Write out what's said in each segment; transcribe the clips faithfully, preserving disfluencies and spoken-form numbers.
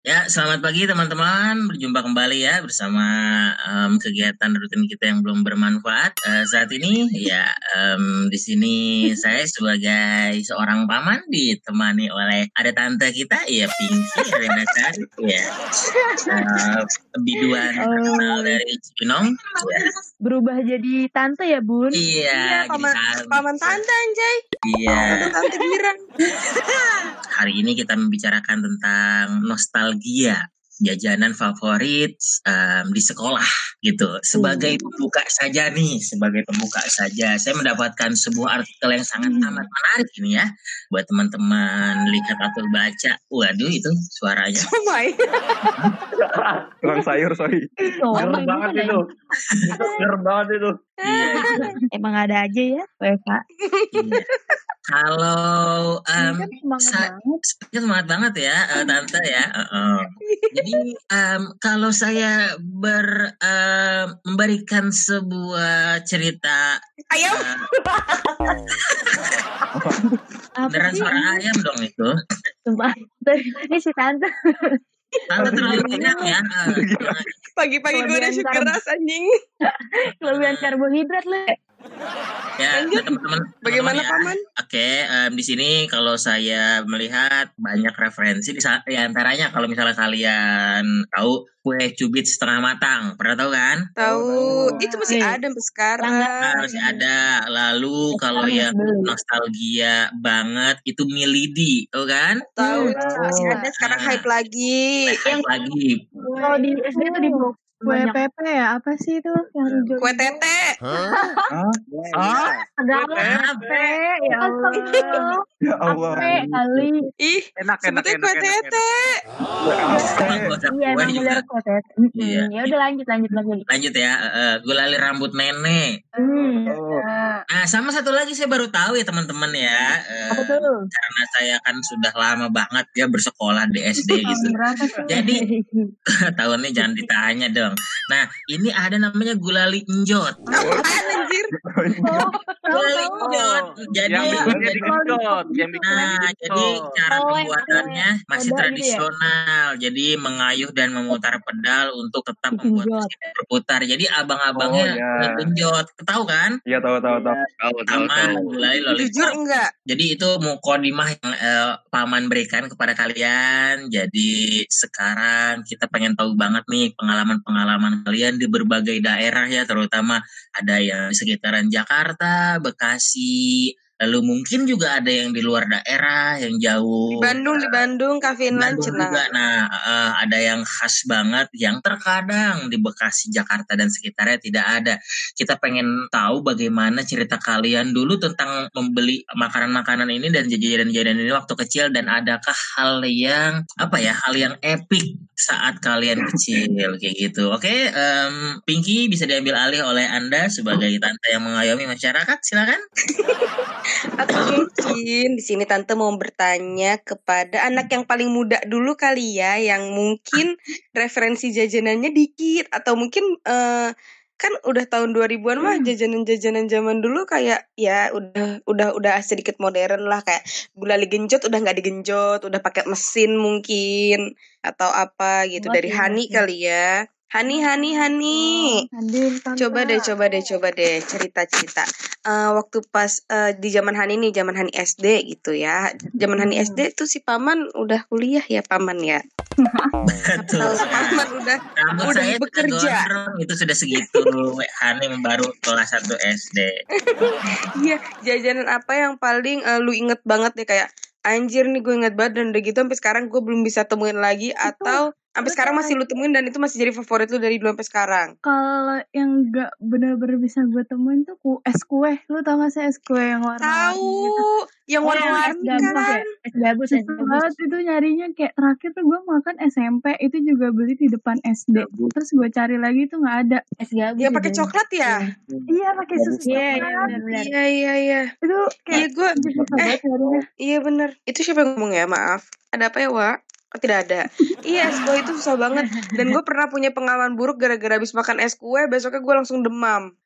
Ya, selamat pagi teman-teman. Berjumpa kembali ya bersama em, kegiatan rutin kita yang belum bermanfaat. Eh, saat ini ya em, di sini saya sebagai seorang paman ditemani oleh ada tante kita ya Pinky Renasari ya. Eh, biduan terkenal Oh, dari Cibinong. Ya. berubah jadi tante ya, Bun? Iya, Iya, jadi paman tante. paman tante anjay. Iya. Tante tante girang. Hari ini kita membicarakan tentang nostalgia jajanan favorit em, di sekolah gitu. Sebagai pembuka saja nih, sebagai pembuka saja, saya mendapatkan sebuah artikel yang sangat amat menarik ini ya, buat teman-teman lihat atau baca. Waduh, itu suaranya. Somai. Tukang sayur, sorry. Oh, Gerem emang banget gimana itu. Itu gerem banget itu. Iya, itu. Emang ada aja ya, W K. Iya. Kalau Ini em, kan semangat sa- banget. Sepertinya semangat banget ya, eh, tante ya. Heeh. Jadi em, kalau saya ber em, memberikan sebuah cerita, Ayam. eh, Apa beneran sih? suara ayam dong itu. Sumpah. Ini si tante. Tante terlalu kenyang ya. eh, jangan- Pagi-pagi gue udah Kelebihan sugar karb- rush anjing. Kelebihan karbohidrat le. ya, Lanjut. nah, teman-teman. Bagaimana teman-teman ya. paman? Oke, em, di sini kalau saya melihat banyak referensi di, sa- di antaranya kalau misalnya kalian tahu kue cubit setengah matang, pernah tahu kan? Tahu. tahu. Itu masih Iya. ada sampai sekarang. Nah, masih ada. Lalu kalau Sekarang yang beli. nostalgia banget itu Milidi, tahu kan? Tahu Hmm. itu masih ada sekarang Nah. hype lagi. Hype lagi. Kalau di S D tuh di blok Kue banyak. Pepe ya? Apa sih itu yang hijau? Kue tete. Hah? Hah? Ada Kue apa? Ya Allah. Ya Allah. Apa kali? Ih, Enak, enak, sebetulnya enak, kue enak, tete. Emang gua usah Iya, kue emang juga. benar kotet. Iya. Ya udah lanjut lanjut lagi. Lanjut ya, uh, gulali rambut nenek. Hmm. Oh. Nah, sama satu lagi saya baru tahu ya teman-teman ya. eh, Apa tuh? karena saya kan sudah lama banget ya bersekolah di S D gitu. Berapa sih? Jadi tahunnya jangan ditanya dong. Nah, ini ada namanya gulali enjot. Apaan anjir? Oh, Gulali tahu. enjot. Jadi yang bikinnya jadi- digenjot, yang bikinnya Nah, jadi digenjot. cara Oh, pembuatannya yang masih pedal gitu ya? tradisional. Jadi mengayuh dan memutar pedal untuk tetap membuat Genjot. mesin berputar. Jadi abang-abangnya Oh, ya. ini genjot. Tahu kan? Iya, tahu, tahu, tahu. Tahu, tahu, Sama tahu. gulai Jujur lollipop. enggak? Jadi itu mukodimah yang eh, paman berikan kepada kalian. Jadi sekarang kita pengen tahu banget nih pengalaman-pengalaman kalian di berbagai daerah ya, terutama ada yang di sekitaran Jakarta, Bekasi, lalu mungkin juga ada yang di luar daerah yang jauh. Di Bandung, di Bandung, Cafe Inland, Bandung Cenang. juga. Nah, eh, ada yang khas banget yang terkadang di Bekasi, Jakarta dan sekitarnya tidak ada. Kita pengen tahu bagaimana cerita kalian dulu tentang membeli makanan-makanan ini dan jajanan-jajanan ini waktu kecil, dan adakah hal yang apa ya, hal yang epic saat kalian kecil kayak gitu. Oke, em, Pinky bisa diambil alih oleh Anda sebagai tante yang mengayomi masyarakat. Silakan. Atau mungkin di sini tante mau bertanya kepada anak yang paling muda dulu kali ya, yang mungkin referensi jajanannya dikit, atau mungkin eh, kan udah tahun dua ribuan mah jajanan-jajanan zaman dulu kayak ya udah udah udah sedikit modern lah, kayak gulali genjot udah nggak digenjot, udah pakai mesin mungkin atau apa gitu. Buat Dari ya, Hani buat. kali ya. Hani Hani Hani. Hadir tante. Coba deh, coba deh, coba deh cerita-cerita. Eh, waktu pas eh, di zaman Hani nih, zaman Hani S D gitu ya. Zaman Hani S D tuh si paman udah kuliah ya, paman ya. Betul Tahu sekali. paman udah Rambut udah saya sudah bekerja. gondrong, itu sudah segitu. Hani baru kelas satu S D. Iya, jajanan apa yang paling eh, lu inget banget deh, kayak anjir nih gue inget banget, dan udah gitu sampai sekarang gue belum bisa temuin lagi, atau sampai sekarang masih lu temuin dan itu masih jadi favorit lu dari dulu sampai sekarang. Kalau yang nggak benar-benar bisa gue temuin tuh ku, es kue. Lu tau gak sih es kue yang warna-warni Tahu gitu? yang Oh, warna-warni es gabus ya? kan? Es gabus, es Susah gabus. banget itu nyarinya, kayak terakhir tuh gue makan S M P itu juga beli di depan S D. Terus gue cari lagi tuh nggak ada. Es gabus. Yang pakai itu. coklat ya? Iya, pakai susu. Iya, iya coklat. benar-benar. Iya iya iya. Itu Iya kayak gue susah eh banget nyarinya. iya bener. Itu siapa yang ngomong ya? Maaf. Ada apa ya, Wak? Oh, tidak ada. Iya, es kue itu susah banget. Dan gue pernah punya pengalaman buruk gara-gara habis makan es kue, besoknya gue langsung demam.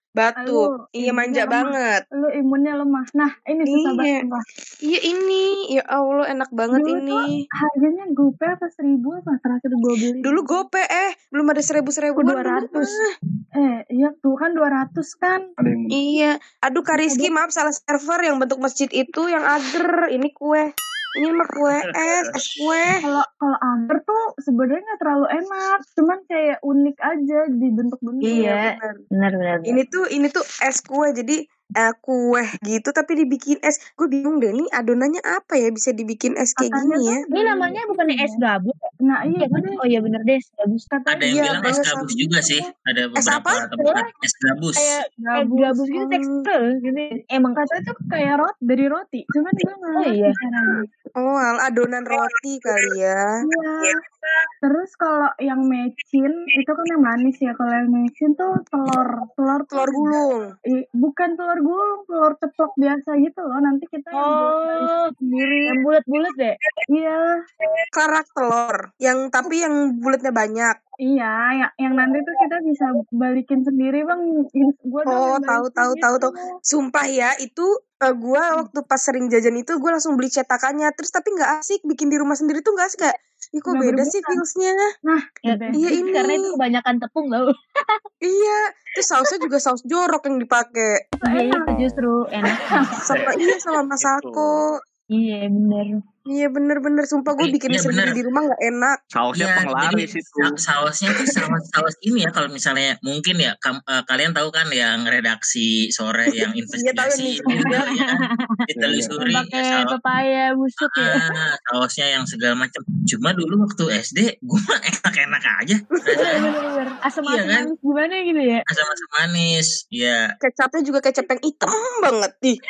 Batu. Lu Iya imunnya manja lemah. banget. Lu imunnya lemah. Nah, ini susah Iya. banget sumpah. Iya ini. Ya Allah enak banget Dulu tuh ini. harganya gope apa seribu apa terakhir gue beli. Dulu gope eh belum ada seribu Aku seribuan dua dulu ratus. mah. Eh, iya tuh kan dua ratus kan. Ada yang Iya. Aduh Kak Rizky Aduh. maaf salah server yang bentuk masjid itu yang agar. Ini kue. Ini mah kue es, es kue. Kalau kalau agar tuh sebenarnya nggak terlalu enak, cuman kayak unik aja dibentuk-bentuk. Iya, benar. benar benar. Ini tuh ini tuh es kue jadi eh, kue gitu tapi dibikin es. Gue bingung deh nih adonannya apa ya bisa dibikin es kayak Katanya gini tuh ya. Ini namanya bukannya es gabus? Nah iya Iya kan? bener. Oh iya bener deh, es gabus. Katanya Ada yang Iya, bilang es banget gabus sama. juga sih. Ada Es apa? beberapa tempat es gabus. Kayak es gabus. gabus gitu Hmm. tekstil gitu. Emang Katanya tuh kayak roti dari roti, cuman gue nggak Oh ngerti iya. caranya. Oh, al adonan roti kali ya. Iya. Terus kalau yang mecin itu kan yang manis ya. Kalau yang mecin tuh telur, telur tuh Telur gulung. i- bukan telur gulung, telur ceplok biasa gitu loh. Nanti kita yang buat Oh, sendiri. yang bulat-bulat deh. Iya, Kerak telur. Yang tapi yang bulatnya banyak. iya. Yang yang nanti tuh kita bisa balikin sendiri bang. Gue Oh, tahu tahu tahu tahu. Sumpah ya, itu eh, gua waktu pas sering jajan itu gue langsung beli cetakannya. Terus tapi nggak asik bikin di rumah sendiri tuh nggak asik gak? Ih, kok Nggak beda sih berbuka. feelsnya? Nah, Ya, the best. Iya ini. karena itu kebanyakan tepung tau. Iya. Terus sausnya juga saus jorok yang dipakai. Iya itu justru enak. Sama iya sama masako. Iya bener. Iya bener-bener. Sumpah gue Iya, bikin iya, sendiri bener. di rumah nggak enak. sausnya Iya, penglaris jadi itu. sa- sausnya tuh saus saus ini ya kalau misalnya mungkin ya kam- eh, kalian tahu kan yang redaksi sore yang Iya tahu yang investigasi nih. gitu ya kan ditelusuri ya, Pakai saus pepaya busuk ya. ah, sausnya yang segala macam. Cuma dulu waktu S D gue mah enak-enak aja rasanya. Bener-bener. Asam Iya asam kan? manis gimana gitu ya. Asam-asam manis. Iya, Kecapnya juga kecap yang hitam banget ih.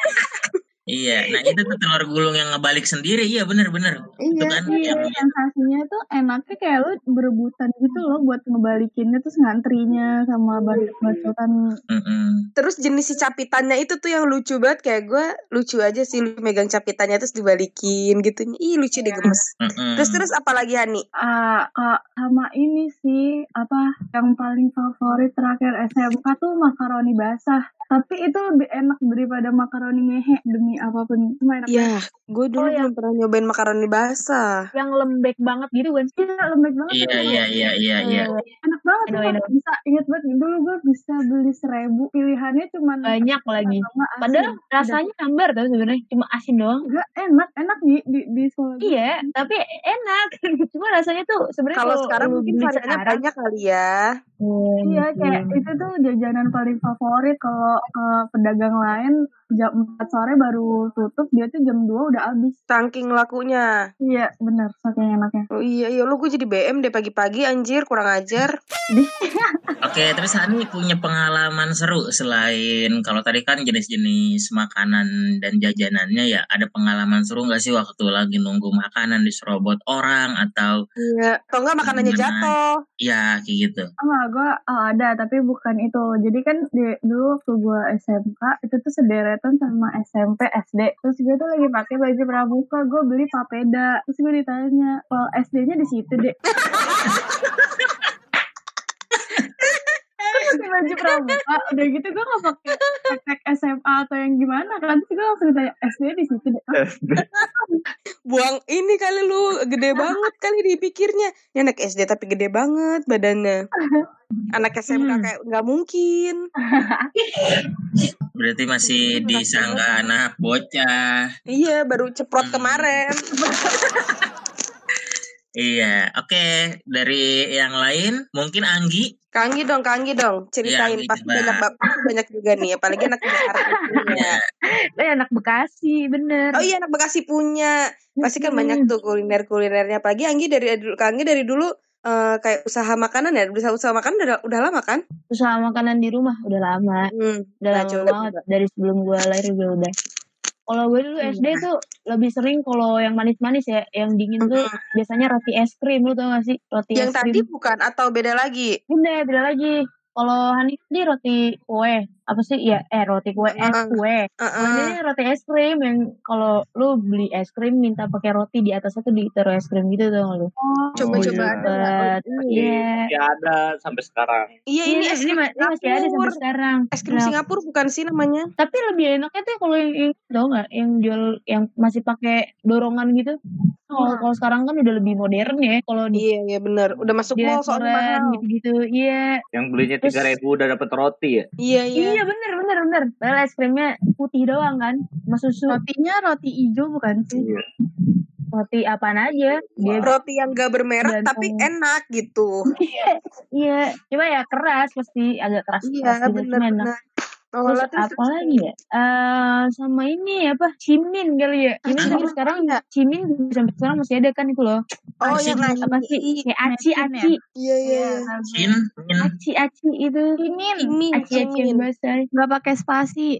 iya. Nah itu tuh telur gulung yang ngebalik sendiri. Iya bener-bener. Itu Iya. kan Iya, yang sensasinya tuh enaknya kayak lu berebutan gitu loh buat ngebalikinnya terus ngantrinya sama bacot-bacotan. mm-mm. Terus jenis si capitannya itu tuh yang lucu banget. Kayak gue lucu aja sih lu megang capitannya terus dibalikin gitu. Ih lucu deh gemes. Mm-mm. Terus terus apa lagi Hani? Ah, Kak, sama ini sih apa yang paling favorit terakhir S M K tuh makaroni basah. Tapi itu lebih enak daripada makaroni ngehe demi apapun. Cuma enak Ya, gue dulu Oh, yang- belum pernah nyobain makaroni basah. Yang lembek banget gitu kan. banget. Iya, lembek banget. Iya, itu. iya, iya, iya, iya. Enak banget Enak, tuh. enak. Bisa inget banget dulu gue bisa beli seribu pilihannya cuman Banyak lagi. atau nggak asin. Padahal rasanya hambar tau sebenarnya cuma asin doang. Enggak enak, enak di di di sekolah gue. Iya, tapi enak. Cuma rasanya tuh sebenarnya Kalau sekarang lu mungkin beli variannya sekarang, banyak kali ya. Iya, kayak itu tuh jajanan paling favorit kalau eh, pedagang lain jam empat sore baru tutup, dia tuh jam dua udah habis. Saking lakunya. Iya, benar, saking enaknya. Oh iya, iya lu gue jadi B M deh pagi-pagi anjir, kurang ajar. Oke, terus Hani punya pengalaman seru selain kalau tadi kan jenis-jenis makanan dan jajanannya ya, ada pengalaman seru nggak sih waktu lagi nunggu makanan diserobot orang atau Iya. Atau enggak makanannya Gimana? jatuh. ya kayak gitu? Oh, enggak, gue oh, ada, tapi bukan itu. Jadi kan di, dulu waktu gue S M K, itu tuh sederetan sama S M P, S D. Terus gue tuh lagi pakai baju pramuka, gue beli papeda. Terus gue ditanya, kalau S D-nya di situ deh. Pakai baju pramuka, udah gitu gue gak pakai hashtag S M A atau yang gimana kan. Terus gue langsung ditanya, S D di situ deh. Buang ini kali lu gede banget kali dipikirnya. Ini anak S D tapi gede banget badannya. Anak S M K Hmm. kayak nggak mungkin. Berarti masih disangka anak bocah. Iya, baru ceprot Hmm. kemarin. Iya, oke. Dari yang lain, mungkin Anggi. Kanggi dong, Kanggi dong. Ceritain Iya, pasti coba. banyak bak- pasti banyak juga nih, apalagi anak Jakarta punya. Eh, anak Bekasi, bener. Oh iya, anak Bekasi punya. Pasti kan banyak tuh kuliner-kulinernya. Apalagi Anggi dari Kanggi dari dulu eh, kayak usaha makanan ya, usaha usaha makanan udah, udah lama kan? Usaha makanan di rumah udah lama. Hmm. Udah Nah, lama coba. banget. Dari sebelum gue lahir juga udah. Kalau gue dulu S D tuh lebih sering kalau yang manis-manis ya, yang dingin tuh biasanya roti es krim, lu tau gak sih? Roti Yang es tadi krim. bukan atau beda lagi? Beda, beda lagi. Kalau Hani ini roti kue apa sih ya eh roti kue es Heeh. kue. Kalau Heeh. ini roti es krim yang kalau lu beli es krim minta pakai roti di atasnya tuh ditaruh es krim gitu tuh lu. Oh, Coba-coba iya. ada nggak? Dapat. Iya. Masih ada sampai sekarang. Iya Iya ini ini, es ini, krim ma- ini masih ada sampai Singapura. sekarang. Es krim Nah, Singapura bukan sih namanya? tapi lebih enaknya tuh kalau yang, yang tau nggak yang jual yang masih pakai dorongan gitu. Kalau kalau sekarang kan udah lebih modern ya. Kalau di Iya iya benar. Udah masuk di mall soalnya restoran mahal. gitu-gitu. Iya. Yang belinya Terus tiga ribu udah dapet roti ya. Iya iya. iya bener bener bener. Padahal es krimnya putih doang kan, sama susu. Rotinya roti hijau bukan sih? Iya. Roti apaan aja. Dia Roti yang gak bermerek Gantung. tapi enak gitu. iya, cuma ya keras pasti agak keras Iya keras gitu benar cuma enak. benar. Oh, Terus lah terus apa lagi ya? Eh sama ini apa? Cimin kali ya. Cimin Cimin sampai sekarang ada. Cimin sampai sekarang masih ada kan itu loh. Oh Aci. yang Apa sih? aci. Kayak aci Mecin ya? aci. Iya iya. iya. Cin, Cin. Aci aci itu. Cimin. Cimin Aci aci yang cimin. basah. Nggak pakai spasi.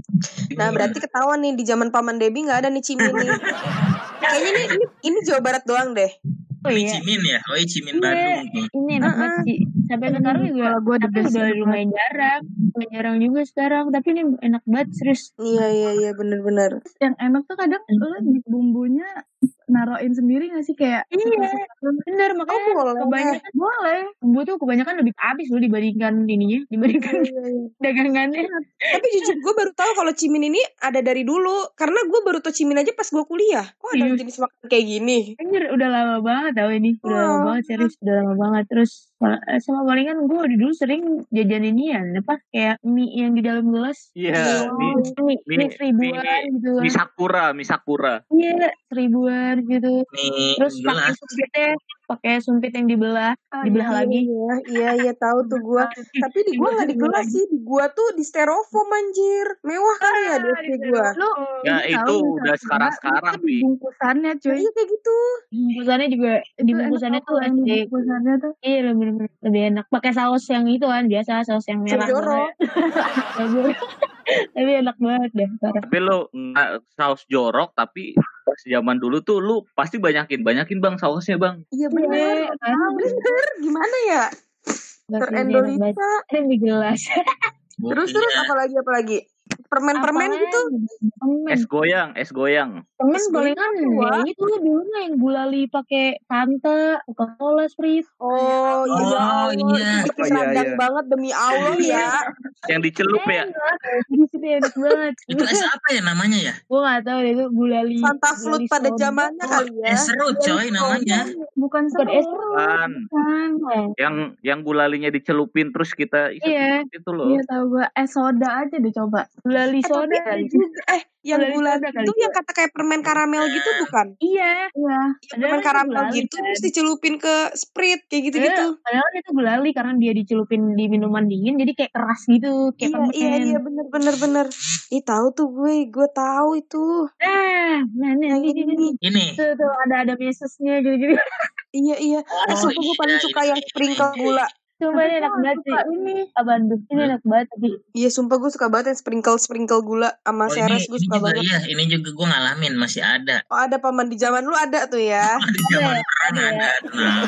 Nah berarti ketahuan nih di zaman Paman Debi nggak ada nih cimin nih. Kayaknya ini, ini ini Jawa Barat doang deh. Oh Ini iya. Cimin ya? Oh iya Cimin Iya, Bandung tuh. ini enak banget Heeh. sih. Sampai sekarang juga, Kalau gue the tapi best. udah lumayan jarang, lumayan jarang juga sekarang. Tapi ini enak banget serius. Iya iya iya benar-benar. Yang enak tuh kadang lu di bumbunya naroin sendiri nggak sih kayak Iya, bener Oh makanya boleh. kebanyakan boleh. Bumbu tuh kebanyakan lebih habis loh dibandingkan ininya, dibandingkan Iya, iya, iya. dagangannya. Tapi jujur gue baru tahu kalau cimin ini ada dari dulu. Karena gue baru tahu cimin aja pas gue kuliah. Oh ada Iya. jenis makanan kayak gini. Anjir, udah lama banget tau ini. Udah lama Wah. banget serius, udah lama banget. Terus eh, sama palingan gue dulu sering jajan ini ya, apa kayak mie yang di dalam gelas. Iya. Oh. Mie, Mie, mie, mie seribuan mie, gitu kan. mie sakura, mie sakura. Iya, seribuan gitu. Nih, Terus pakai gelas. sumpitnya, pakai sumpit yang dibelah, dibelah Iya, lagi. Iya iya iya tahu tuh gue. Tapi di gue nggak di gelas sih. Di gue tuh di styrofoam anjir. Mewah kali ya di S D gue. lu Ya ini itu tahu udah misalnya, sekarang-sekarang, itu di Pi. bungkusannya cuy. Iya kayak gitu. Bungkusannya juga, di Itu bungkusannya enak tuh banget, S D. bungkusannya tuh. Iya lebih lebih enak. Pakai saus yang itu kan biasa, saus yang merah. Jorok. banget. Tapi enak banget deh. Parah. Tapi lu nggak saus jorok, tapi pas zaman dulu tuh lu pasti banyakin, banyakin bang sausnya bang. Iya bener. Iya, kan? Bener. Gimana ya? Tapi Terendolita. Ada di gelas. Terus terus Iya. apa lagi apa lagi? Permen-permen Apalagi? gitu. Permen. Es goyang, es goyang. Permen Es palingan goyang tuh, ya Wak. itu dulu mah yang gulali pakai Fanta, Coca-Cola, Sprite. Oh iya Oh, Allah. iya. Itu Oh, iya, serandang iya. banget demi Allah ya. Yang dicelup ya. Enak. Di sini enak banget. Itu es apa ya namanya ya? Gue gak tahu deh, itu gulali. Fanta gulali Float pada soda. zamannya Oh, kali ya. es serut coy namanya. Bukan Bukan es serut. Kan, Bukan. yang yang gulalinya dicelupin terus kita isi Iya. itu loh. Iya tahu gue. Es soda aja deh coba. Gulali Eh, soda. tapi ada juga eh yang Gulali gula soda kali. itu yang kata kayak permen karamel gitu bukan? Iya. Iya. Yang Padahal permen itu karamel gulali, gitu kan. terus dicelupin ke Sprite kayak gitu-gitu. Eh, Padahal itu gulali karena dia dicelupin di minuman dingin jadi kayak keras gitu, kayak Iya permen. iya iya bener bener bener. Ih tahu tuh gue, gue tahu itu. Nah, nah, nah, Yang ini, ini, ini. Ini. Tuh, tuh, ada ada mesesnya gitu-gitu. Iya iya. Eh Oh, sumpah gue iya, paling suka ini. yang sprinkle gula. Coba ini Tapi enak gue banget suka sih. ini. Apaan tuh? Ini Hmm. enak banget tapi Iya sumpah gue suka banget yang sprinkle sprinkle gula sama Oh ini, seres gue ini suka juga banget. iya, ini juga gue ngalamin masih ada. Oh ada paman di zaman lu ada tuh ya. Di zaman perang ada ya. ada. Nah,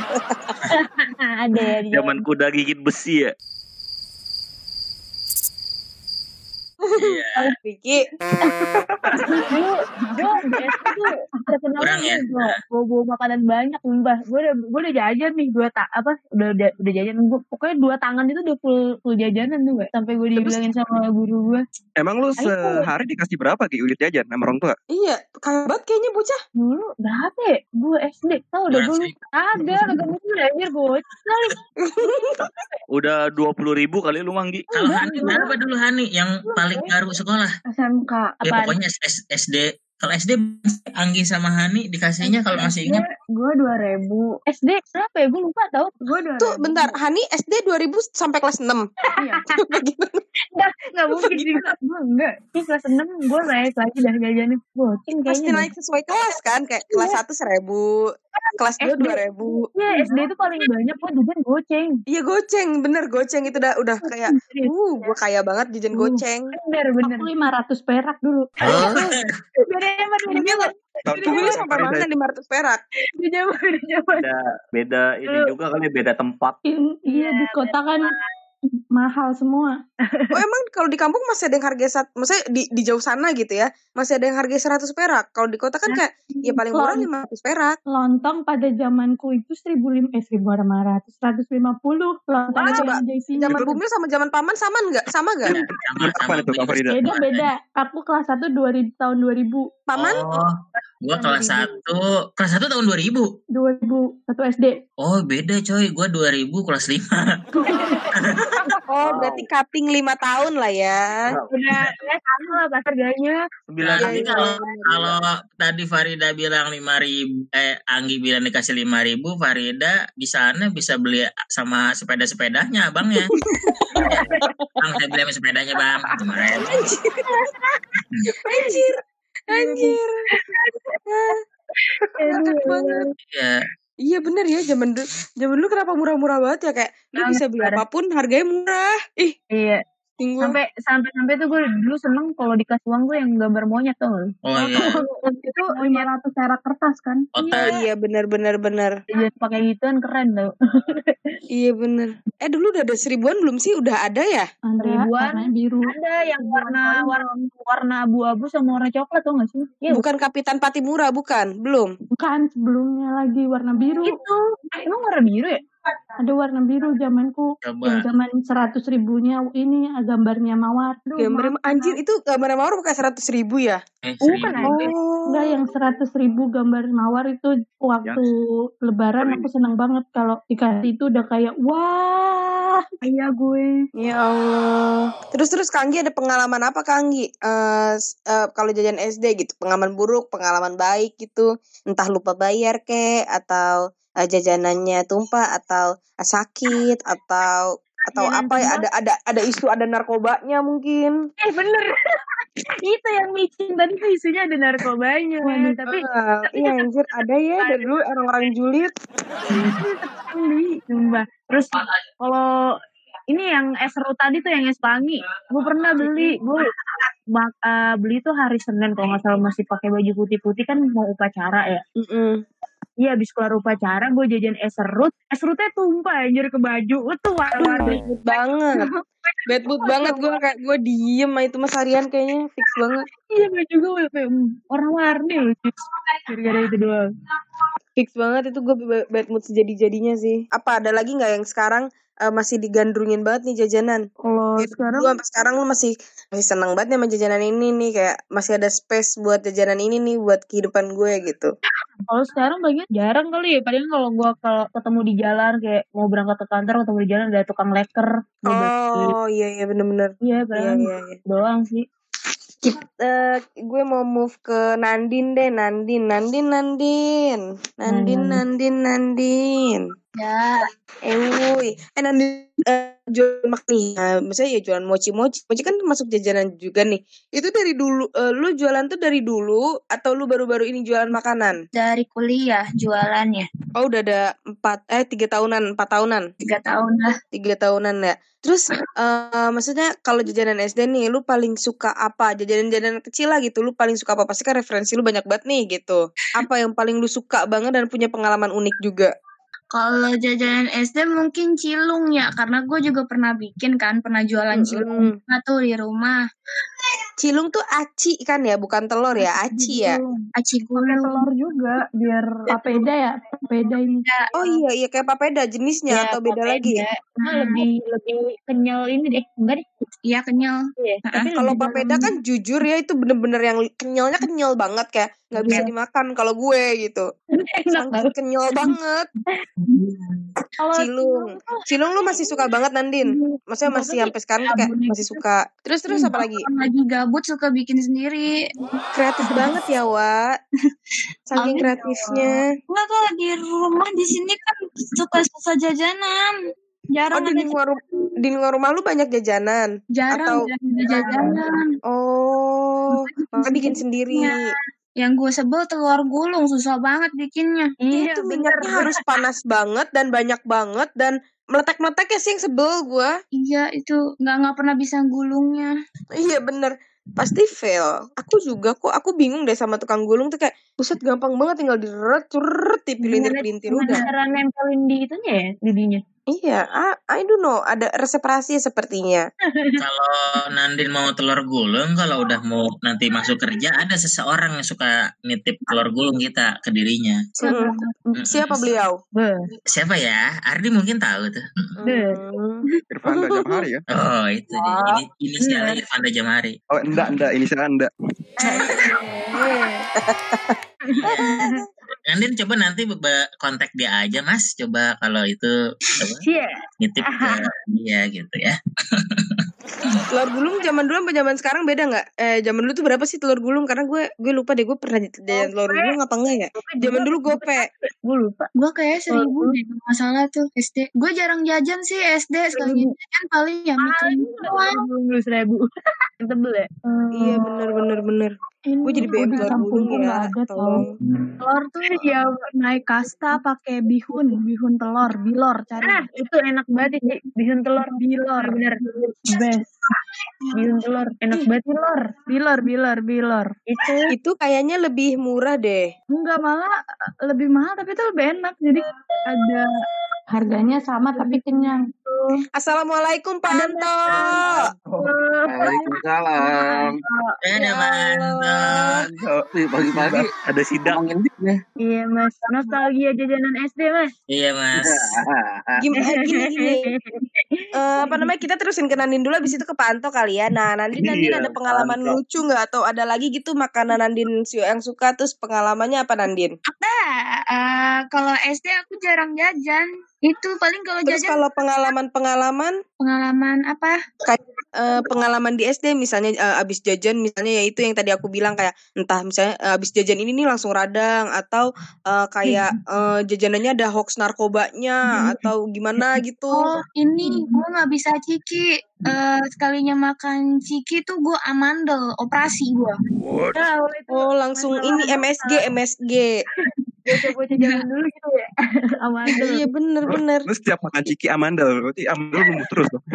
ada ya di Zaman kuda gigit besi ya. iya. Vicky. dulu gue di S D tuh terkenal Kurang ya? gue gue bawa makanan banyak sumpah gue udah gue udah jajan nih dua tak apa udah udah udah jajan gue pokoknya dua tangan itu udah full full jajanan tuh gak sampai gue dibilangin sama guru gue Emang lu Ayo. sehari dikasih berapa Ki unit jajan sama orang tua? Iya kaya banget kayaknya bocah. dulu berapa ya gue S D tau udah gue Berapa sih? ada kagak mungkin anjir gue kali Udah dua puluh ribu kali lu manggi. Kalau Hani berapa dulu Hani yang paling baru sekolah? S M K. Ya Apaan? pokoknya S- SD. Kalau S D Anggi sama Hani dikasihnya kalau masih ingat. Gue dua ribu. S D berapa ya gue lupa tau Gue dua ribu. Tuh bentar Hani S D dua ribu sampai kelas enam. Iya. Bagaimana? nggak mungkin sih gue enggak sih kelas enam gue naik lagi dah jajannya bocing Pasti kayaknya naik sesuai kelas kan. Kayak kelas satu seribu. Kelas dua S D. dua ribu. ya S D itu paling banyak gue jajan goceng Iya goceng. Bener goceng itu udah udah kayak. Uh gue kaya banget jajan Uh. goceng. bener bener lima ratus perak dulu. beda zaman beda zaman Tahun Dulu tahun sampai beda. mana lima ratus perak. beda zaman beda zaman Beda beda ini juga kali beda tempat. Iya di kota kan mahal semua. Oh emang kalau di kampung masih ada yang harga sat, maksudnya di, di jauh sana gitu ya, masih ada yang harga seratus perak. Kalau di kota kan kayak ya paling murah Lon- lima ratus perak. Lontong pada zamanku itu seribu lima eh seribu lima ratus seratus lima puluh lontong Mana itu coba? yang J C. Zaman Itu- Bumil sama zaman Paman sama nggak? Sama nggak? Ya, sama Apa sama itu Kak Farida? Beda beda. Aku kelas satu dua ribu tahun dua ribu. Paman? Oh, gua kelas satu, kelas satu tahun dua ribu. dua ribu satu S D. Oh, beda coy. Gua dua ribu kelas lima. Oh berarti kaping lima tahun lah ya. Udah ya sama lah pas harganya. Sembilan Iya, Jadi iya, kalau bener, kalau tadi Farida bilang lima ribu, eh Anggi bilang dikasih lima ribu, Farida di sana bisa beli sama sepeda-sepedanya abang ya. Bang, saya beli sama sepedanya bang, lima ribu. Anjir, anjir. Ngakak banget. Ya, Iya bener ya, zaman dulu, zaman dulu kenapa murah-murah banget ya, kayak lu Banget, bisa beli parah. apapun harganya murah. Ih, Iya. tinggu. Sampai sampai sampai tuh gue dulu seneng kalau dikasih uang gue yang gambar monyet tuh. oh iya, Itu lima ratus perak kertas kan. Oh otak. iya bener bener bener. Jadi pakai gituan keren tuh. Iya bener. Eh dulu udah ada seribuan belum sih? Udah ada ya? Ada Ribuan. warna biru. Ada yang warna warna warna abu-abu sama warna coklat tuh nggak sih? Iya. Bukan Kapitan Patimura, bukan? Belum. Bukan, sebelumnya lagi warna biru. Itu. Eh, emang warna biru ya? Ada warna biru zamanku. Yang Coba. zaman seratus ribunya ini gambarnya mawar. Duh, Gambar maaf, anjir itu gambar mawar pakai seratus ribu ya? Eh, Bukan seribu. ada. Enggak, yang seratus ribu gambar mawar itu waktu lebaran aku senang banget kalau dikasih itu udah kayak wah ayah gue. Ya Allah. Terus terus Kanggi ada pengalaman apa Kanggi? Eh s- eh, kalau jajan S D gitu, pengalaman buruk, pengalaman baik gitu, entah lupa bayar kek atau eh, jajanannya tumpah atau eh, sakit atau atau Jajanan apa ya, tumpah. ada ada ada isu ada narkobanya mungkin. Eh bener. Itu yang micin tadi tuh isunya ada narkobanya. Waduh. Tapi Ah, iya anjir ada ya dari dulu orang-orang julid. beli sumpah. Terus kalau ini yang es serut tadi tuh yang es pelangi, gue pernah beli. Gue mak- eh, beli tuh hari Senin kalau nggak salah, masih pakai baju putih-putih kan mau upacara ya. Mm-mm. Iya, habis keluar upacara gue jajan es serut, es serutnya tumpah anjir ke baju. Itu warna-warni. Bad mood banget. Bad mood banget gue kayak gue diem mah itu mas harian kayaknya fix banget. Iya, baju gue kayak hmm, warna-warni loh. Gara-gara itu doang. Fix banget itu gue bad mood sejadi-jadinya sih. Apa ada lagi nggak yang sekarang eh, masih digandrungin banget nih jajanan? Kalau Kayak sekarang gue sampai sekarang lu masih masih seneng banget nih sama jajanan ini nih, kayak masih ada space buat jajanan ini nih buat kehidupan gue gitu. Kalau sekarang banyak jarang kali ya. Paling kalau gue kalau ketemu di jalan kayak mau berangkat ke kantor, ketemu di jalan ada tukang leker. Gua beli. Oh iya iya bener-bener. Iya, Iya paling iya iya. doang sih. Kita, gue mau move ke Nandin deh, Nandin, Nandin, Nandin, Nandin, Nandin, Nandin. Ya. Eh, wuih. eh Nandin eh, jualan mak nih, nah, misalnya ya jualan mochi-mochi, mochi kan masuk jajanan juga nih. Itu dari dulu, eh, lu jualan tuh dari dulu atau lu baru-baru ini jualan makanan? Dari kuliah jualannya Oh udah ada empat, eh tiga tahunan, empat tahunan, tiga tahun lah. tiga tahunan ya. Terus eh maksudnya kalau jajanan S D nih, lu paling suka apa? Jajanan-jajanan kecil lah gitu, lu paling suka apa? Pasti kan referensi lu banyak banget nih gitu. Apa yang paling lu suka banget dan punya pengalaman unik juga? Kalau jajanan S D mungkin cilung ya, karena gue juga pernah bikin kan, pernah jualan cilung Mm-mm. tuh di rumah. Cilung tuh aci kan ya, bukan telur ya, aci ya. Aci pakai gulung. telur juga biar papeda ya, papeda ini. Oh iya iya kayak papeda jenisnya Ya, atau beda papeda. lagi? Cuma lebih lebih kenyal ini deh. Enggak deh. Iya kenyal. Iya. Tapi Kalau lebih papeda dalam. kan jujur ya itu bener-bener yang kenyalnya kenyal banget, kayak nggak bisa Iya. dimakan kalau gue gitu. Enak Saking banget. kenyal banget. Kalau Cilung, cilung lu masih suka banget Nandin? Maksudnya masih sampai sekarang tuh kayak masih suka. Terus terus apa lagi? Kalau lagi gabut suka bikin sendiri. Kreatif banget ya Wak. Saking Amin. kreatifnya. Enggak, kalau di rumah di sini kan suka susah jajanan. Oh Jarang di ada lingkungan, ru- di lingkungan rumah lu banyak jajanan? jarang Atau jarang ada jajanan. oh maka bikin sendiri. Yang gue sebel telur gulung, susah banget bikinnya. iya Itu bener. minyaknya harus panas banget dan banyak banget dan meletek-meletek ya sih yang sebel gue. Iya, itu nggak nggak pernah bisa gulungnya. Iya bener, pasti fail. Aku juga kok, aku bingung deh sama tukang gulung tuh kayak buset gampang banget tinggal direret, curret, dipelintir-pelintir Gimana udah. cara nempelin di itunya ya, lidinya? Iya, ah, I don't know, ada resep rahasia sepertinya. Kalau Nandin mau telur gulung, kalau udah mau nanti masuk kerja, ada seseorang yang suka nitip telur gulung kita ke dirinya. Mm-mm. Mm-mm. Siapa beliau? Beh, Siapa ya? Ardi mungkin tahu tuh. beh. Hmm. Irfanda Jamhari ya? Oh itu dia. Ini inisialnya Irfanda Jamhari. Oh enggak, enggak. Ini saya enggak. Nandin coba nanti be- kontak dia aja Mas. Coba kalau itu coba Cie. nitip ke dia gitu ya. Telur gulung zaman dulu sama zaman sekarang beda nggak? Eh zaman dulu tuh berapa sih telur gulung? Karena gue gue lupa deh, gue pernah jajan telur gulung apa enggak ya? Zaman dulu gope. Gue lupa. Gue kayak seribu deh kalau nggak salah tuh S D. Gue jarang jajan sih S D, sekali jajan paling ya mie kering doang. Dua ribu. Yang tebel ya? Iya bener bener bener. Ini Gue jadi pengen di telur kampung gulung gue ya. nggak ada tau. Tolong. telur tuh ya naik kasta pakai bihun, bihun telur, bilor Ah, cari. itu enak banget sih. Bihun telur. Bilor, Bener. Best. Bihun telur. Enak banget. bilor, bilor, bilor, bilor. Itu. Itu kayaknya lebih murah deh. Enggak, malah eh, lebih mahal tapi itu lebih enak. Jadi ada Harganya sama tapi kenyang. Assalamualaikum Pak Anto. Waalaikumsalam. Ada mantan. Wih, pagi-pagi Ada sidang. ngomongin dik nih. Iya mas. Nostalgia jajanan S D mas. Iya Mas. Gimana gini gini. Eh, apa namanya, kita terusin ke Nandin dulu, abis itu ke Pak Anto kali ya. Nah Nandin Nandin Iya, ada pengalaman Pak Anto. lucu nggak, atau ada lagi gitu makanan Nandin yang suka, terus pengalamannya apa Nandin? Nah, eh, kalau S D aku jarang jajan. Itu paling kalau Terus jajan kalau pengalaman-pengalaman pengalaman apa? kayak eh, pengalaman di S D misalnya, eh, abis jajan misalnya, ya itu yang tadi aku bilang, kayak entah misalnya eh, abis jajan ini nih langsung radang, atau eh, kayak eh, jajanannya ada hoax narkobanya atau gimana gitu. Oh, ini gue nggak bisa ciki. Eh, sekalinya makan ciki tuh gue amandel, operasi gue. Tahu itu. Oh langsung ini M S G M S G. Bocah-bocah zaman dulu gitu ya. Amandel. Iya bener-bener. Lu setiap makan ciki amandel, berarti amandel numbuh terus dong.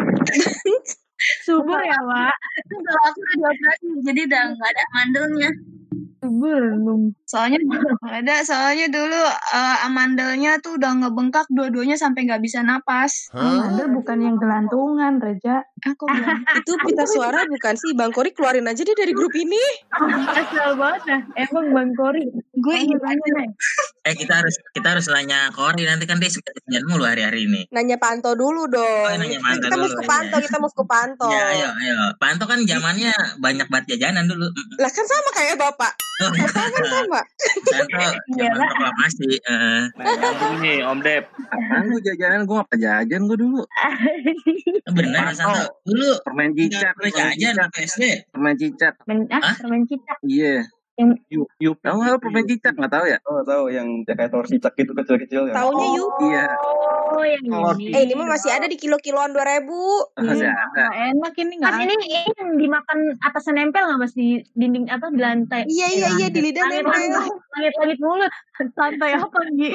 Subur ya Pak. Itu kalau aku udah dioperasi, jadi udah nggak ada amandelnya. Subur. Num. Soalnya ada, soalnya dulu eh, amandelnya tuh udah ngebengkak dua-duanya sampai nggak bisa napas. Amandel bukan yang gelantungan, Reja. Aku bilang, Itu pita suara bukan sih? Bang Kori keluarin aja deh dari grup ini. Asal banget dah. Emang Bang Kori. gue Tanya, ingat tanya, Nay. Eh kita harus kita harus nanya Kori nanti kan dia suka jajan mulu hari-hari ini. Nanya Panto dulu dong. Oh, nanya Panto kita mau dulu, ke Panto, iya. kita mau ke Panto. Ya ayo ayo. Panto kan zamannya banyak banget jajanan dulu. Lah kan sama kayak Bapak. Oh, Bapak kan sama. Panto zaman proklamasi. eh. Ini Om Dep. Apaan gue jajanan, gue apa jajan gue dulu. Bener ya Santo. Dulu Permen nggak cicak, pernah permen jajan cicak, ke S D. permen cicak. Men- ah, Hah? permen cicak. Iya. Yang Yup, yup. Tahu nggak lo permen cicak, nggak tahu ya? Oh tahu yang kayak telur cicak gitu kecil-kecil ya. Taunya yuk. Iya. Oh, yang Telur ini. Eh ini mah masih ada di kilo-kiloan dua ribu. Masih ada. Nggak enak ini nggak Mas ini, ini yang dimakan atasnya nempel nggak mas di dinding apa di lantai? Iya iya iya, di lidah nempel. Langit-langit langit-langit mulut. santai apa Gi?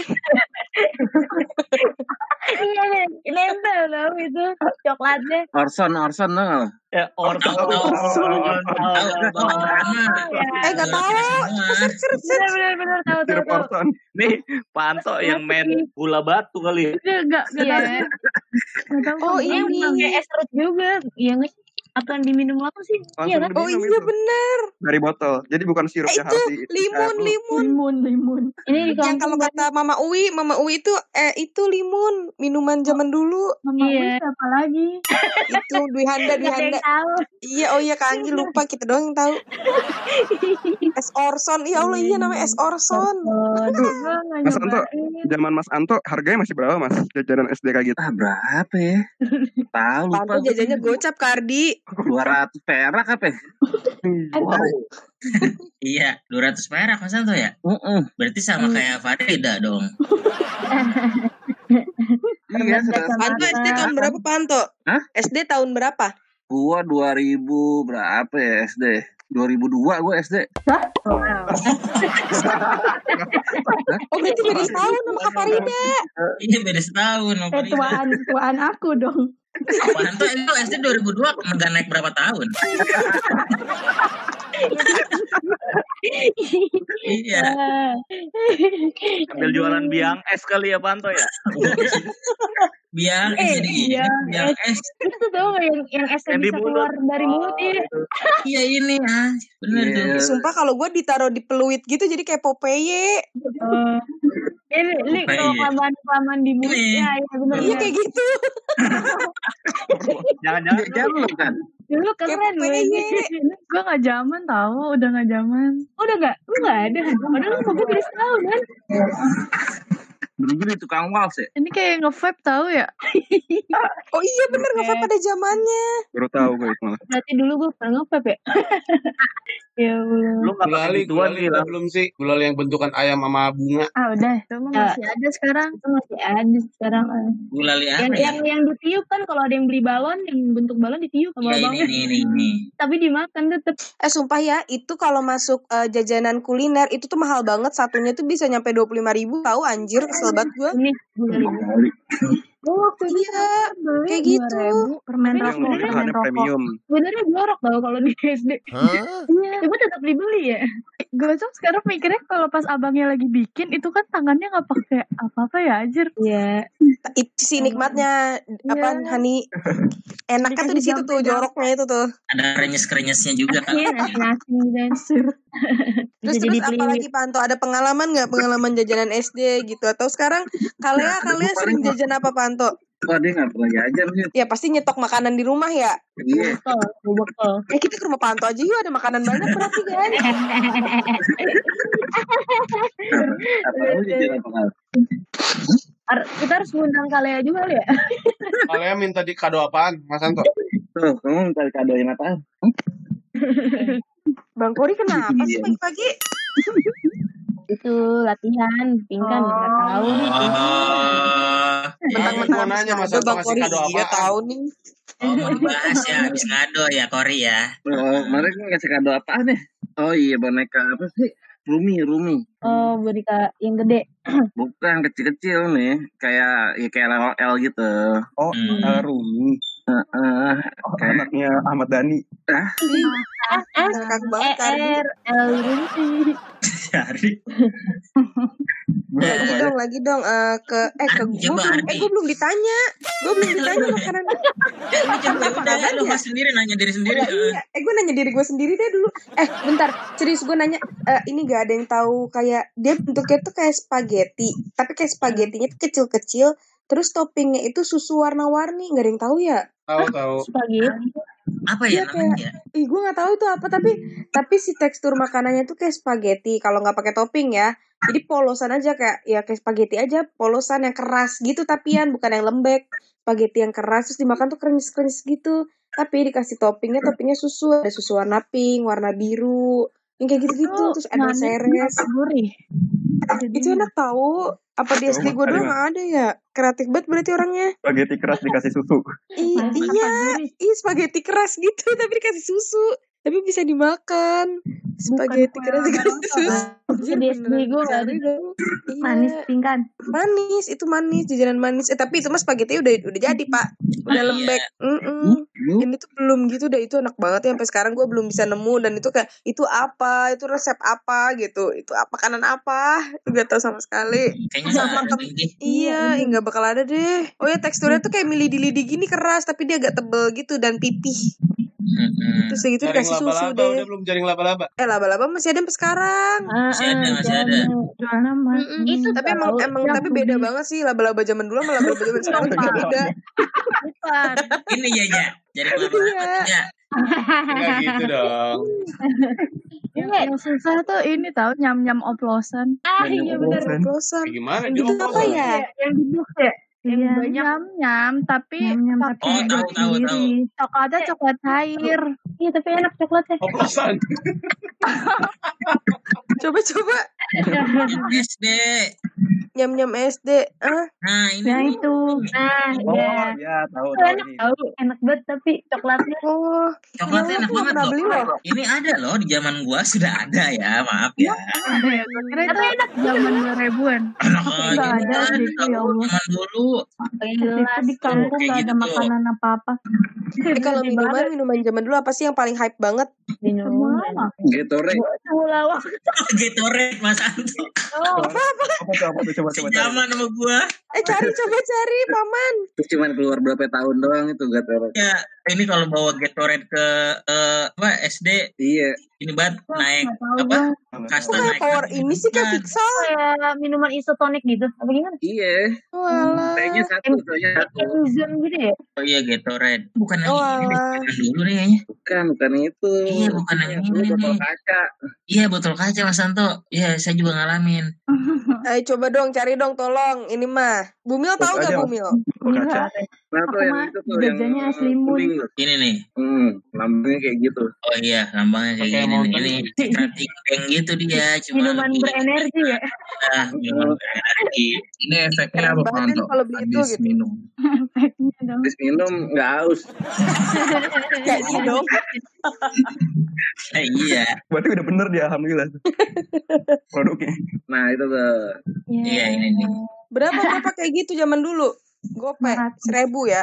Iya nempel tau itu coklatnya. Orson, Orson tau nggak lo? Ya, or Tahu tahu tahu tahu drama. Eh nggak tahu. Seret seret seret. Benar benar benar tahu tahu Sirup tahu. Orson. Nih, Panto yang main gula batu kali ya. Itu nggak nggak Iya. tahu. Nggak tahu. Oh Ini yang ini. pakai es serut juga. Iya nggak sih? Apa yang diminum langsung sih? Iya kan? Langsung Oh diminum iya itu. bener. Dari botol. Jadi bukan sirup Eh yang itu harus di limun eh, limun. Limun limun. Ini di Yang kalau kampung kata Mama Uwi, Mama Uwi itu eh itu limun, minuman zaman dulu. Mama Iya. Uwi siapa lagi? Itu Dwi Handa, Dwi nggak ada Handa. yang tahu. Iya, oh iya Kak Anggi lupa, kita doang yang tahu. Es Orson, ya Allah iya namanya Es Orson. Aduh, gue nggak Mas Anto, nyobain. zaman Mas Anto harganya masih berapa Mas? Jajanan S D kayak gitu. Ah berapa ya? Tahu lupa. Panto jajannya gocap Kardi. Dua ratus perak apa? ya? Wow. Iya, dua ratus perak Mas Santo ya? Heeh. Berarti sama kayak Farida dong. Iya sudah. Panto S D tahun berapa Panto? Hah? S D tahun berapa? Gua dua ribu berapa ya S D? dua ribu dua gua S D. Oh berarti beda setahun sama Kak Farida. Ini beda setahun sama Eh Farida. tuaan tuaan aku dong. Panto itu S D dua ribu dua nggak naik berapa tahun? Iya. Ambil jualan biang es kali ya Panto ya. Biang es Eh, jadi gini. biang Biang es. es. Itu tau gak yang, yang esnya Yang di bisa mulut. keluar dari mulut Oh, ya? itu. Iya ini ah, bener tuh. Eh, Iya. sumpah kalau gue ditaruh di peluit gitu jadi kayak Popeye. Oh. Ini, ini Popeye. kalau kelamaan kelamaan di mulut Ini. ya, ya bener Iya bener. kayak gitu. Jangan-jangan Dia lu lu kan. Dulu Kayak keren gue. Popeye. Gue gak zaman tau, udah gak zaman. Oh, udah gak? Lu gak ada. Padahal lu gue beli setahun kan? Dulu gue di tukang wals ya. Ini kayak nge-vape tau ya? Oh iya bener nge-vape pada zamannya. Baru tahu gue itu malah. Berarti dulu gue pernah nge-vape ya? Ya Allah. lu nggak pakai Gulali, gituan gulali nih udah lah. belum sih? Gulali yang bentukan ayam sama bunga. Ah udah, itu mah Ya, masih ada sekarang. itu masih ada sekarang. eh. Gulali Yang apa ya? yang yang ditiup kan kalau ada yang beli balon, yang bentuk balon ditiup sama Ya ini abangnya. ini ini. ini. Tapi dimakan tetep. Eh sumpah ya, itu kalau masuk eh, jajanan kuliner itu tuh mahal banget. Satunya tuh bisa nyampe dua puluh lima ribu tahu anjir, kesel banget gue. Ini gulali. Gulali. Gue waktu itu Iya, beli kayak dua gitu. ribu. Permen Tapi Yang rokok, sebenarnya itu permen ada rokok. premium. sebenarnya jorok tau kalau di S D. Iya. Tapi tetap dibeli ya. Gue tuh sekarang mikirnya kalau pas abangnya lagi bikin itu kan tangannya nggak pakai apa-apa ya anjir. Iya. Itu sih nikmatnya apa Iya. Hani. Enaknya tuh di situ tuh joroknya itu tuh. Ada renyes-renyesnya juga kan. Iya, nasi-nasi dan Terus bisa terus jadi apalagi Panto, ada pengalaman nggak pengalaman jajanan S D gitu atau sekarang Kalea Kalea sering jajan apa Panto? Wah dia nggak pernah jajan sih. Ya pasti nyetok makanan di rumah ya. Iya. bekal, bekal. Eh kita ke rumah Panto aja yuk, ada makanan banyak berarti kan. Apa lu jajan apa kal? Ar- kita harus ngundang Kalea juga kali ya. Kalian minta di kado apaan, Mas Anto? Tuh kamu minta kadoin apaan? Bang Kori kenapa sih Iya. pagi-pagi? Itu latihan, pingkan nggak tahu. Oh. Mentang-mentang Gua habis nanya, Mas ngado Anto Bang ngasih Kori kado iya apaan? tahu nih. Oh mau dibahas ya habis ngado ya Kori ya. Oh, kemarin gue ngasih kado apaan ya? Oh iya boneka apa sih? Rumi, Rumi. Oh, boneka yang gede. Bukan kecil-kecil nih, kayak ya kayak L O L gitu. Oh, Hmm. uh, Rumi. Heeh. Oh, anaknya Ahmad Dhani. Ah, Ah, ah, Ngakak banget Kardi. E R L Rumpi. Cari. Lagi dong, lagi dong eh, ke eh ke Ardi, gue coba belum Ardi. eh gue belum ditanya. Gue belum ditanya makanan. Ini jam berapa Udah lu kabarnya? mas sendiri nanya diri sendiri. Oh, iya. Eh gue nanya diri gue sendiri deh dulu. Eh bentar, serius gue nanya. eh, ini gak ada yang tahu kayak dia bentuknya tuh kayak spaghetti, tapi kayak spaghettinya tuh kecil-kecil. Terus toppingnya itu susu warna-warni, gak ada yang tahu ya? Tahu tahu. Spaghetti. Apa Iya ya kayak, namanya? ih gue nggak tahu itu apa tapi tapi si tekstur makanannya tuh kayak spaghetti kalau nggak pakai topping ya. Jadi polosan aja kayak ya kayak spaghetti aja, polosan yang keras gitu tapian bukan yang lembek. Spaghetti yang keras terus dimakan tuh krenyes-krenyes gitu. Tapi dikasih toppingnya, toppingnya susu, ada susu warna pink, warna biru, yang kayak gitu-gitu Itu terus ada manis seres. apa gurih? Itu enak tahu. Apa di S D gue doang nggak ada ya? Kreatif banget berarti orangnya. Spaghetti keras dikasih susu. I- Manis apa iya, gurih? iya spaghetti keras gitu tapi dikasih susu. Tapi bisa dimakan. Spaghetti kue keras dikasih raba-raba, susu. kan? Itu di S D gue nggak ada. Cari dong. Iya. Manis pingkan. Manis, itu manis, jajanan manis. Eh tapi itu mah spaghetti udah udah jadi, Pak. Udah Iya. lembek. Mm-mm. Ini tuh belum gitu dah, itu enak banget ya sampai sekarang gue belum bisa nemu dan itu kayak itu apa, itu resep apa gitu. Itu apa makanan apa? Gak tahu sama sekali. Kayaknya Sama nggak ada tem- lagi. Iya, nggak bakal ada deh. Oh ya teksturnya tuh kayak milih-lidi gini keras tapi dia agak tebel gitu dan pipih. Mm-mm. Terus gitu Jaring dikasih susu laba-laba deh. udah belum jaring laba-laba? Eh laba-laba masih ada sampai sekarang. Ah, Masih ada, ah, masih ada. jangan. Jual nama. Mm-mm. Itu Tapi emang tahu emang yang tapi beda ubi. banget sih laba-laba zaman dulu sama laba-laba zaman sekarang tuh Sumpah. beda. Bukan. Ini ya ya. Jadi lama Iya. ya. Enggak gitu dong. Yang, yang susah tuh ini tahu nyam-nyam oplosan. Ah iya benar. Oplosan. Kayak gimana Itu dia apa oplosan? ya? Yang duduk ya. Yang Iya, banyak. nyam-nyam tapi Nyam-nyam pakai Oh, tahu, buat tahu, sendiri. Coklatnya coklat cair. Iya tapi enak coklatnya. Oplosan. Coba-coba Yang S D. nyam-nyam S D. Ah, Nah ini Yang nih. itu. Nah Oh, iya. ya tahu Itu tahu enak ini. tahu. Enak banget tapi coklatnya. oh. Coklatnya Ya, enak aku nggak banget pernah loh. beli loh. Ini ada loh di zaman gua sudah ada ya, maaf ya. Kira itu zaman dua ribuan. Enak Nggak aja ada kan sih itu, ya Allah. zaman dulu. Pakai Waktu itu gelas. di kampung Kayak nggak ada gitu. makanan apa-apa. Eh kalau Gede minuman banget. minuman zaman dulu apa sih yang paling hype banget? Minuman. Gatorade. Gula wah. Gatorade Mas Anto. Oh, Apa tuh apa tuh coba coba cari. Sejaman sama gua. Eh cari coba cari paman. Terus cuman keluar berapa tahun doang itu Gatorade. Ya, ini kalau bawa Gatorade ke eh, apa S D Iya. ini banget Wah, naik nggak tahu apa? gua. Kok Kasta kayak naik. power ini sih kayak Bukan. Pixel? Kayak minuman isotonik gitu. Apa gimana? Iya. Walah. Kayaknya satu, kayaknya satu. Enzim gitu ya? Oh iya Gatorade. Bukan yang Oh, ini deh. alah. Yang dulu nih kayaknya. Bukan, bukan itu. Iya, bukan yang Itu ini botol nih. kaca. Iya, botol kaca Mas Santo. Iya, saya juga ngalamin. Ayo coba dong cari dong tolong. Ini mah. Bumil Botol tahu gak aja, Mas. Bumil? Botol kaca. Nah tuh Aku yang mah itu tuh yang jajannya es limun. kuning tuh. Ini nih. Hmm, lambungnya kayak gitu. Oh iya, lambangnya kayak Pakai gini nih. mountain. Ini secret ingredient gitu dia, cuma Minuman lebih berenergi ya? ah, minuman berenergi. Ini efeknya Keren apa banget Panto? kalau beli itu Habis gitu. minum. Efeknya dong. Habis minum nggak haus. Jadi dong. Eh, iya. Berarti udah bener dia, alhamdulillah. Produknya. Nah itu tuh. Iya, ini nih. Berapa berapa kayak gitu zaman dulu? Gope seribu ya.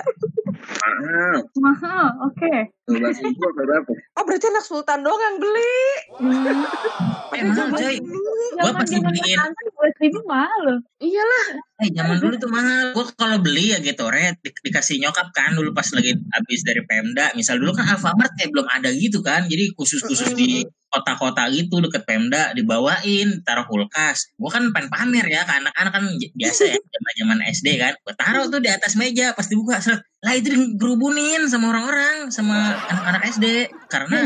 Mahal. Mahal, oke. Dua belas ribu atau berapa? Oh berarti anak sultan doang yang beli. Hmm. Eh, mahal coy. Gua pas Zaman-zaman dibeliin. Mas Santo dua belas ribu mahal loh. Iyalah. Eh, zaman dulu tuh mahal. Gua kalau beli ya Gatorade di- dikasih nyokap kan dulu pas lagi habis dari Pemda. Misal dulu kan Alfamart kayak belum ada gitu kan. Jadi khusus-khusus di kota-kota gitu deket Pemda dibawain, taruh kulkas. Gua kan pengen pamer ya ke anak-anak kan j- biasa ya zaman-zaman S D kan. Gua taruh tuh di atas meja pas dibuka. Seret. Lah itu digerubunin sama orang-orang sama anak-anak S D karena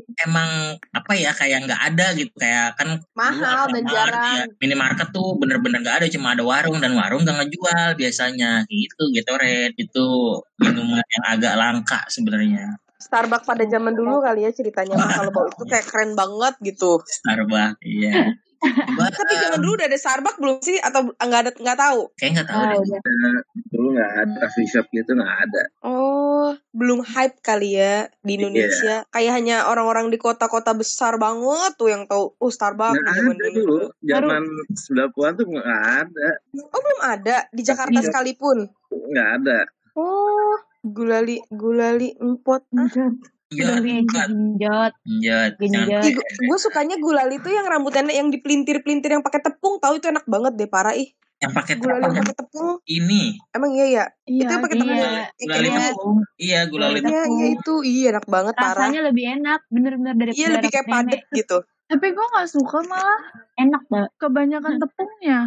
emang apa ya kayak nggak ada gitu kayak kan dulu Mahal dan Alfamart jarang. ya minimarket tuh bener-bener nggak ada cuma ada warung dan warung nggak ngejual biasanya gitu Gatorade itu minuman yang agak langka sebenarnya. Starbucks pada zaman dulu kali ya ceritanya mah kalau bawa itu kayak keren banget gitu. Starbucks iya. Coba Tapi zaman dulu udah ada Starbucks belum sih atau nggak ada nggak tahu? kayak nggak tahu Oh, deh. udah. Nah, dulu nggak ada coffee shop gitu nggak ada. Oh, belum hype kali ya di Indonesia. Kayak hanya orang-orang di kota-kota besar banget tuh yang tahu oh Starbucks Nggak di zaman ada dulu. dulu. Zaman sembilan puluhan tuh nggak ada. Oh, belum ada di Jakarta Iya. sekalipun. Nggak ada. Oh, gulali gulali empot. Ah. Genjot, Genjot. genjot, Genjot. jangan Ih, gue sukanya gulali tuh yang rambutnya yang dipelintir-pelintir yang pakai tepung, tahu itu enak banget deh parah ih. yang pakai Gulali yang tepung pakai tepung. ini. Emang iya ya? Iya, Itu yang pakai tepung. iya. yang Gulali kayak- tepung. Iya, gulali Iya, tepung. iya itu. Iya enak banget parah. Rasanya lebih enak, bener-bener dari Iya lebih kayak padet gitu. Tapi gue gak suka malah Enak banget. kebanyakan tepungnya.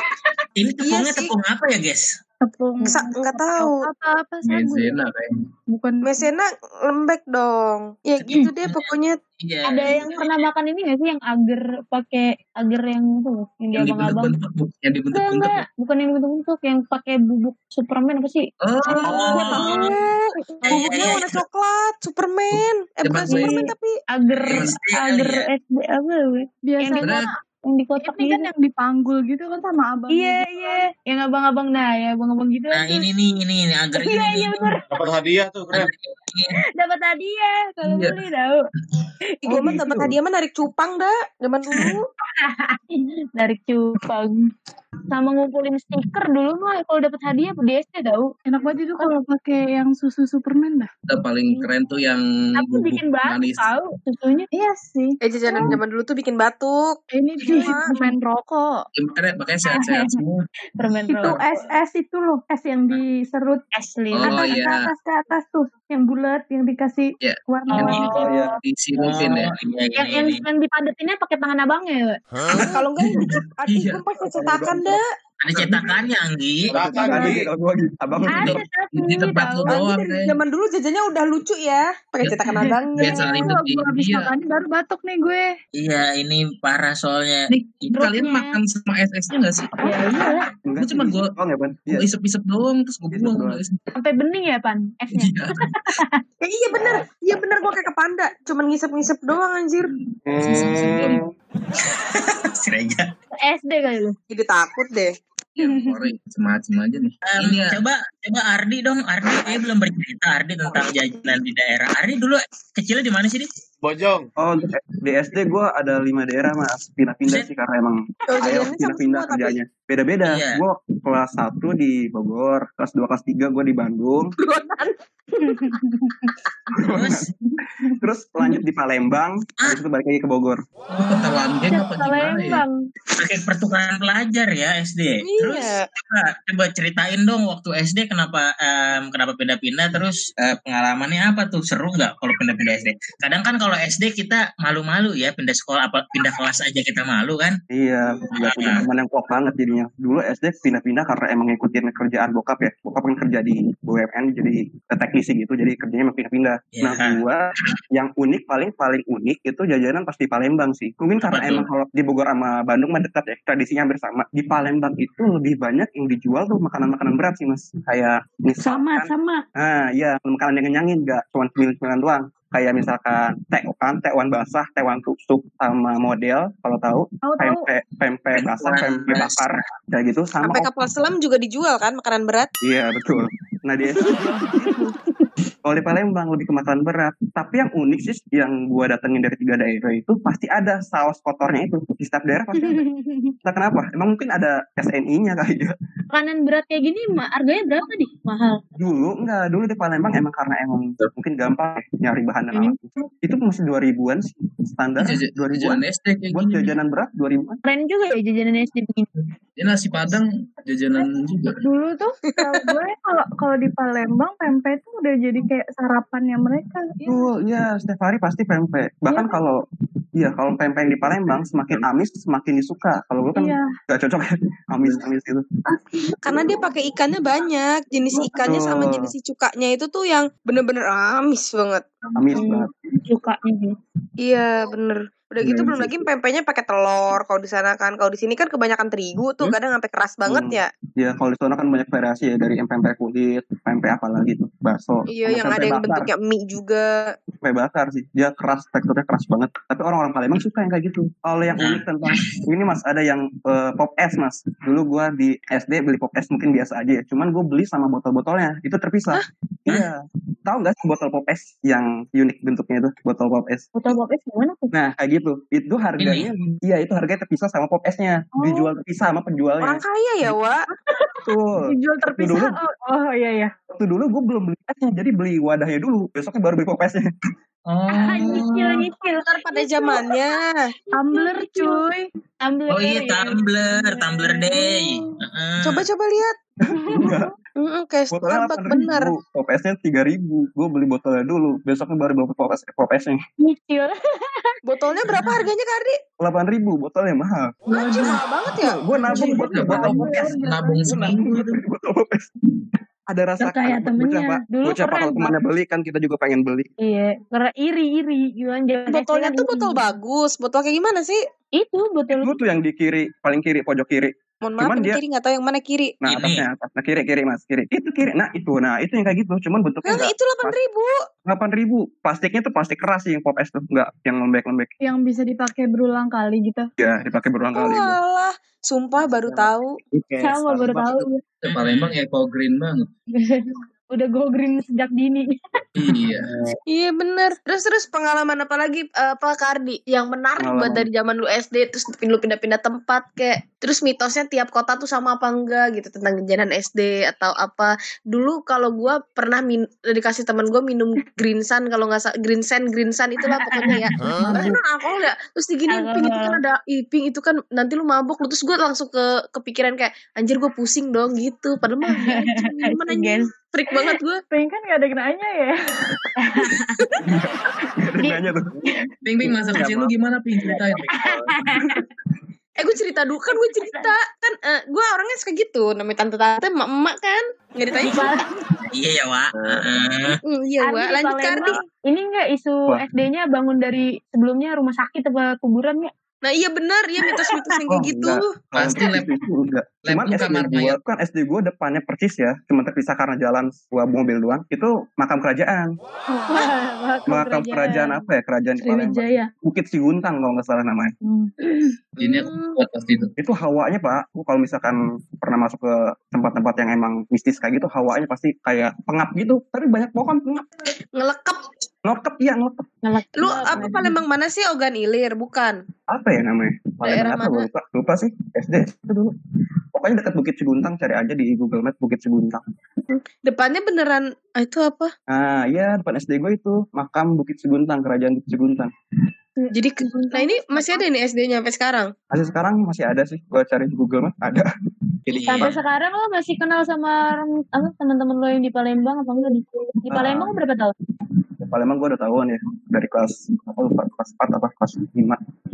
Ini tepungnya Iya sih. tepung apa ya, guys? Tepung Sa- nggak tahu. apa-apa sagu. Maizena kayaknya. Bukan Mesena lembek dong. Ya gitu deh pokoknya. Iya. Ada yang pernah makan ini gak sih yang agar pakai agar yang itu yang di Yang abang-abang? dibentuk-bentuk, Bu. yang Enggak, dibentuk-bentuk. enggak, bukan yang bentuk-bentuk, yang pakai bubuk Superman apa sih? Oh, Gue tahu. Iya, iya, Bubuknya iya. warna coklat, Superman. Eh bukan Zaman Superman saya- tapi Agar S D kali agar ya. S D apa gue? Yang di biasanya kotak, yang di kotak ini kan gitu. yang dipanggul gitu kan sama abang. Iya, iya, yang abang-abang nah, ya abang-abang gitu. Nah, tuh. ini nih, ini, ini agar ini. Iya, iya nih. benar. Dapat hadiah tuh keren. Agar ini. Dapat hadiah kalau Iya. beli tahu. Ih, gue mah dapat hadiah mah narik cupang dah zaman dulu. Dari cupang. Sama ngumpulin stiker dulu mah kalau dapat hadiah di S D tahu. Enak banget itu kalau pakai yang susu Superman dah. Kita paling keren tuh yang Aku bubuk bikin batuk manis. tahu susunya. Iya sih. Eh jajanan zaman dulu tuh bikin batuk. Ini di permen rokok. Gimana? Makanya sehat-sehat semua. Permen Itu rokok. es es itu loh, es yang diserut Asli. Oh, atas ke iya. atas ke atas tuh, yang bulat yang dikasih Iya. warna-warni. Oh iya. Disirupin ya. Oh, iya, yang ini, yang, ini. yang dipadetinnya pakai tangan abangnya ya. Kalau enggak aduh Iya. gue pakai cetakan dah. Ada cetakannya, Anggi. Cetakan, Tadi Anggi. kalau gua gitu, abang Ada gitu. tapi Di tempat lu tahu. Anjir, doang dari deh. zaman dulu jajannya udah lucu ya. Pakai cetakan abangnya. Biasa ribet Kalau di gue habis India. makan baru batuk nih gue. Iya, ini parah soalnya. Nih, kalian Grupnya. makan sama S S-nya gak sih? Ya iya, Enggak Gua cuma sih, gua- oh enggak, Ban. Iya. Gue isep-isep doang, terus gue Isep buang. doang. sampai bening ya pan esnya. Iya. Eh, iya bener, iya bener gue kayak ke panda. Cuman ngisep-ngisep doang anjir. Hmm. Si Reja. S D kali lu. Jadi takut deh. Ya, sorry, semacam aja nih. Em, Ini ya, coba coba Ardi dong. Ardi kayaknya belum bercerita Ardi tentang jajanan di daerah. Ardi dulu kecilnya di mana sih, Di? Bojong. Oh, untuk di S D gue ada lima daerah mas, pindah-pindah sih karena emang Oh, ayo jajannya sama pindah-pindah semua tapi. kerjanya. Beda-beda. Iya. Gue kelas satu di Bogor, kelas dua, kelas tiga gue di Bandung. Buronan. Terus Terus lanjut di Palembang, habis itu balik lagi ke Bogor. Lu ketelan geng Cek apa gimana ya? Palembang. pakai pertukaran pelajar ya S D. Terus Iya. coba, coba ceritain dong waktu S D kenapa em, kenapa pindah-pindah, terus eh, pengalamannya apa tuh, seru nggak kalau pindah-pindah S D? Kadang kan kalau S D kita malu-malu ya pindah sekolah, apa pindah kelas aja kita malu kan? Iya, nggak punya teman yang klop banget jadinya. Dulu S D pindah-pindah karena emang ngikutin kerjaan bokap ya. Bokap kan kerja di B U M N jadi teknisi gitu, jadi kerjanya emang pindah-pindah. Ya. Nah gua yang unik paling paling unik itu jajanan pas di Palembang sih. Mungkin karena Apa tuh? emang kalau di Bogor sama Bandung mah dekat ya, tradisinya hampir sama. Di Palembang itu lebih banyak yang dijual tuh makanan-makanan berat sih mas. Kayak Sama, misalkan, sama. ah iya makanan yang ngenyangin, nggak cuma cemilan-cemilan doang. Kayak misalkan tekwan, tekwan basah, tekwan tusuk sama model kalau tahu, Tahu tahu. pempek, pempek basah, pempek bakar, kayak gitu sama Sampai opor. kapal selam juga dijual kan makanan berat. Iya betul. Nah dia itu kalau di Palembang lebih ke makanan berat. Tapi yang unik sih yang gua datengin dari tiga daerah itu pasti ada saus kotornya itu. Di setiap daerah pasti ada. Entah kenapa. Emang mungkin ada S N I-nya kali ya. Makanan berat kayak gini ma- harganya berapa nih? Mahal. Dulu enggak, dulu di Palembang emang karena emang mungkin gampang ya, nyari bahan dan Hmm. alat. Itu masih dua ribuan sih. Standar Jajan- dua ribuan. Jajanan S D kayak Buat gini nih. jajanan berat dua ribuan. Keren juga ya jajanan S D begini. Ini nasi Padang jajanan juga. Dulu tuh kalau gue kalau kalau di Palembang pempek itu udah jadi kayak sarapannya mereka. Betul, ya setiap hari pasti pempek. Bahkan Iya. kalau iya kalau pempek yang di Palembang semakin amis semakin disuka. Kalau gue kan Iya. gak cocok ya amis-amis gitu. Karena dia pakai ikannya banyak. Jenis ikannya sama Betul. jenis si cukanya itu tuh yang bener-bener amis banget. Amis Hmm, banget. sukanya gitu. Iya bener. Udah gitu Iya, belum iya, lagi iya. pempeknya pakai telur. Kalau di sana kan, kalau di sini kan kebanyakan terigu tuh, Hmm? kadang sampai keras banget Hmm. ya. Ya kalau di sana kan banyak variasi ya, dari yang pempek kulit, pempek apa lagi tuh, bakso, Iya, sama yang ada pempek yang bakar. bentuknya mie juga. Pempek bakar sih, dia keras, teksturnya keras banget. Tapi orang-orang Palembang suka yang kayak gitu. Kalau yang unik tentang ini mas, ada yang eh, pop es mas. Dulu gua di S D beli pop es mungkin biasa aja ya. Cuman gue beli sama botol-botolnya, itu terpisah. Iya. Tahu nggak sih botol pop es yang unik bentuknya itu, botol pop es? Botol pop es gimana tuh? Nah kayak gitu. Itu harganya, iya itu harganya terpisah sama pop esnya. Oh. Dijual terpisah sama penjualnya. Orang kaya ya, Wak. Betul. Dijual Waktu terpisah. dulu, Oh, oh iya iya. waktu dulu gue belum beli esnya, jadi beli wadahnya dulu. Besoknya baru beli pop esnya. Ah, nyicil, Oh. nyicil. Ntar pada zamannya. Tumbler cuy. Tumbler. Oh iya, ya. Tumblr, Tumblr Day. Heeh. Coba-coba lihat. Enggak. Mm-mm, kayak Botolnya Starbucks delapan bener. ribu, pop esnya tiga ribu. Gue beli botolnya dulu, besoknya baru beli pop es, pop esnya. Nyicil. Botolnya berapa harganya Kak Ardi? delapan ribu, botolnya mahal. Anjir, mahal banget ya. Gue nabung buat Berapa botol pop es. nabung seminggu itu. Botol pop es. Ada rasa Kayak kan, bocah temennya. pak, Dulu bocah pak keren, kalau temannya beli kan kita juga pengen beli. Iya, karena iri-iri. Gimana jangan Botolnya tuh botol bagus. Botol kayak gimana sih? Itu botol. Itu tuh yang di kiri, paling kiri, pojok kiri. Mohon maaf, Cuman yang dia- kiri nggak tahu yang mana kiri. Nah Ini. atasnya atas, nah kiri kiri mas, kiri. Itu kiri, nah itu, nah itu yang kayak gitu. Cuman bentuknya Nah, enggak itu delapan ribu. delapan ribu. Plastiknya tuh plastik keras sih yang pop es tuh, enggak yang lembek-lembek. Yang bisa dipakai berulang kali gitu. Ya dipakai berulang kali. gua. Walah, sumpah baru tahu. Sama baru tahu. Itu Palembang eco green banget. Udah go green sejak dini. Iya. Iya bener. Terus terus pengalaman apa lagi eh, apa Kardi yang menarik Pengalaman. buat dari zaman lu S D terus lu pindah-pindah tempat kayak terus mitosnya tiap kota tuh sama apa enggak gitu tentang jajanan S D atau apa. Dulu kalau gua pernah min dikasih teman gua minum green sun kalau nggak salah green sun green sun itulah pokoknya ya. Karena emang alkohol ya. Terus diginiin pink itu kan ada ih, pink itu kan nanti lu mabuk lu terus gua langsung ke kepikiran kayak anjir gua pusing dong gitu. Padahal mah ya, gimana anjing. Freak banget gua. Pink kan gak ada gunanya ya. Gak ada gunanya tuh. Ping Ping masa kecil lu gimana Ping ceritain Ping? Eh gue cerita dulu kan gue cerita kan eh, gue orangnya suka gitu namanya tante-tante emak-emak kan nggak ditanya. Iya ya, Wak. Heeh. Hmm, iya Ardi Wak di lanjut Kak Ardi. Palembang, ini enggak isu Wah. S D-nya bangun dari sebelumnya rumah sakit apa kuburan ya? Nah iya benar ya mitos-mitos yang Oh, kayak gitu. enggak. Pasti Kalau lab- itu enggak. lab Cuman lu S D kamar gua mayat. kan S D gua depannya persis ya, cuma terpisah karena jalan gua mobil doang. Itu makam kerajaan. Makam kerajaan apa ya? Kerajaan di Palembang. Sriwijaya. Bukit Siguntang kalau nggak salah namanya. Hmm. Ini aku kuat pasti itu. Itu hawanya pak, gua kalau misalkan pernah masuk ke tempat-tempat yang emang mistis kayak gitu, hawanya pasti kayak pengap gitu. Tapi banyak pohon pengap. Ngelekep. Ngelekep, iya ngelekep. Lu apa Palembang mana sih? Ogan Ilir, bukan? Apa ya namanya? Daerah Palembang apa? mana? Lupa, lupa sih. S D itu dulu. Pokoknya dekat Bukit Seguntang, cari aja di Google Maps Bukit Seguntang. Depannya beneran ah, itu apa? Ah, iya depan S D gue itu makam Bukit Seguntang, Kerajaan Bukit Seguntang. Jadi ke- nah ini masih ada nih S D-nya sampai sekarang. Masih sekarang masih ada sih. Gue cari di Google Maps ada. Jadi Iya. Sampai sekarang lo masih kenal sama orang apa teman-teman lo yang di Palembang apa enggak di di Palembang berapa tahun? ya, Palembang gue udah tahuan ya dari kelas apa lupa, kelas empat apa kelas lima.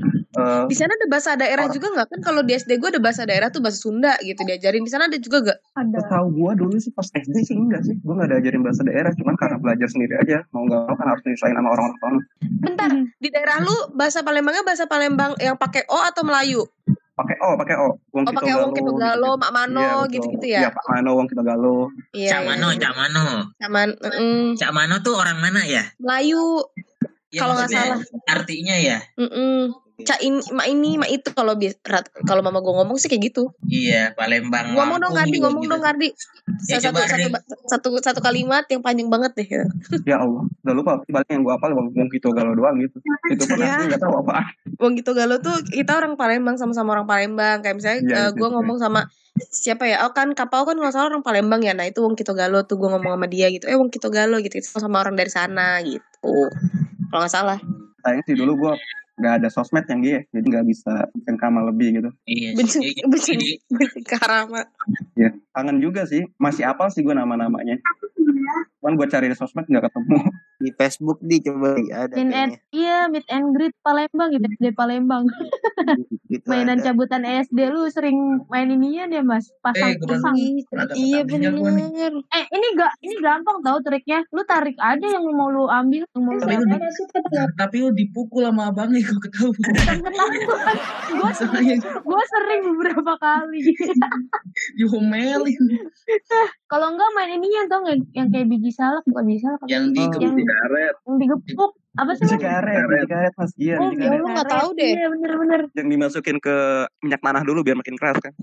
Eh, Di sana ada bahasa daerah juga nggak kan? Kalau di S D gue ada bahasa daerah tuh bahasa Sunda gitu diajarin. Di sana ada juga gak? Ada. Tahu gue dulu sih pas S D sih enggak sih. Gue nggak diajarin bahasa daerah, cuman karena belajar sendiri aja. Mau nggak mau kan harus nyusahin sama orang-orang sana. Bentar, di daerah lu bahasa Palembangnya bahasa Palembang yang pakai O atau Melayu? Pakai O, pakai O. Wong Oh pakai Wong Kito Galo, Mak Mano Iya, betul. gitu-gitu Iya, ya? Pak Mano, Wong Kito Galo. Iya. Cak Mano, iya. Cak Mano. Cuman mm, Cak Mano tuh orang mana ya? Melayu Ya, kalau nggak maksudnya salah. artinya ya. Mm-mm. Cak ini, mak ini, mak itu kalau bi- rat- kalau mama gue ngomong sih kayak gitu. Iya, Palembang. Ngomong dong Lampung Kardi, juga ngomong gitu. dong Kardi. Ya, Satu, coba, satu, Rin. satu, satu kalimat yang panjang banget deh. Ya Allah, udah lupa. Paling yang gue hafal Wong Wong Kito Galo doang gitu. Itu pun Ya. artinya nggak tahu apaan. Wong Kito Galo tuh kita orang Palembang sama-sama orang Palembang. Kayak misalnya Iya, eh, itu, gue itu. ngomong sama siapa ya? Oh kan Kapau kan nggak salah orang Palembang ya. Nah itu Wong Kito Galo tuh gue ngomong sama dia gitu. Eh Wong Kito Galo gitu. Itu sama orang dari sana gitu. Kalau nggak salah. Sayang sih dulu gue nggak ada sosmed yang dia, jadi nggak bisa cengkama lebih gitu. Iya, Benci, iya, benci, jadi benci Karama. Ya, kangen juga sih. Masih apal sih gue nama-namanya. Cuman gue cari di sosmed nggak ketemu. Di Facebook di coba di ada Meet and, kayaknya. iya, meet and greet Palembang gitu, S D Palembang. Gitu Mainan ada. cabutan S D lu sering main inian ya Mas, Eh, pasang-pasang. ada Iya petaninya gua nih. bener. Eh, ini gak ini gampang tau triknya. Lu tarik aja yang mau lu ambil, yang mau lu Tapi lu, dapat. di, tapi lu dipukul sama abangnya gue ketahuan. Bukan ketahuan. Gue Masalahnya gue sering beberapa kali. diomelin. Kalau enggak main inian tau nggak yang kayak biji salak, bukan biji salak apa? Yang di Oh. yang, karet. yang digepuk. Apa sih Biji Mas? karet, biji karet mas. Iya, Oh, biji Ya karet. lu nggak karet. tahu deh. Iya, bener-bener. Yang dimasukin ke minyak tanah dulu biar makin keras kan.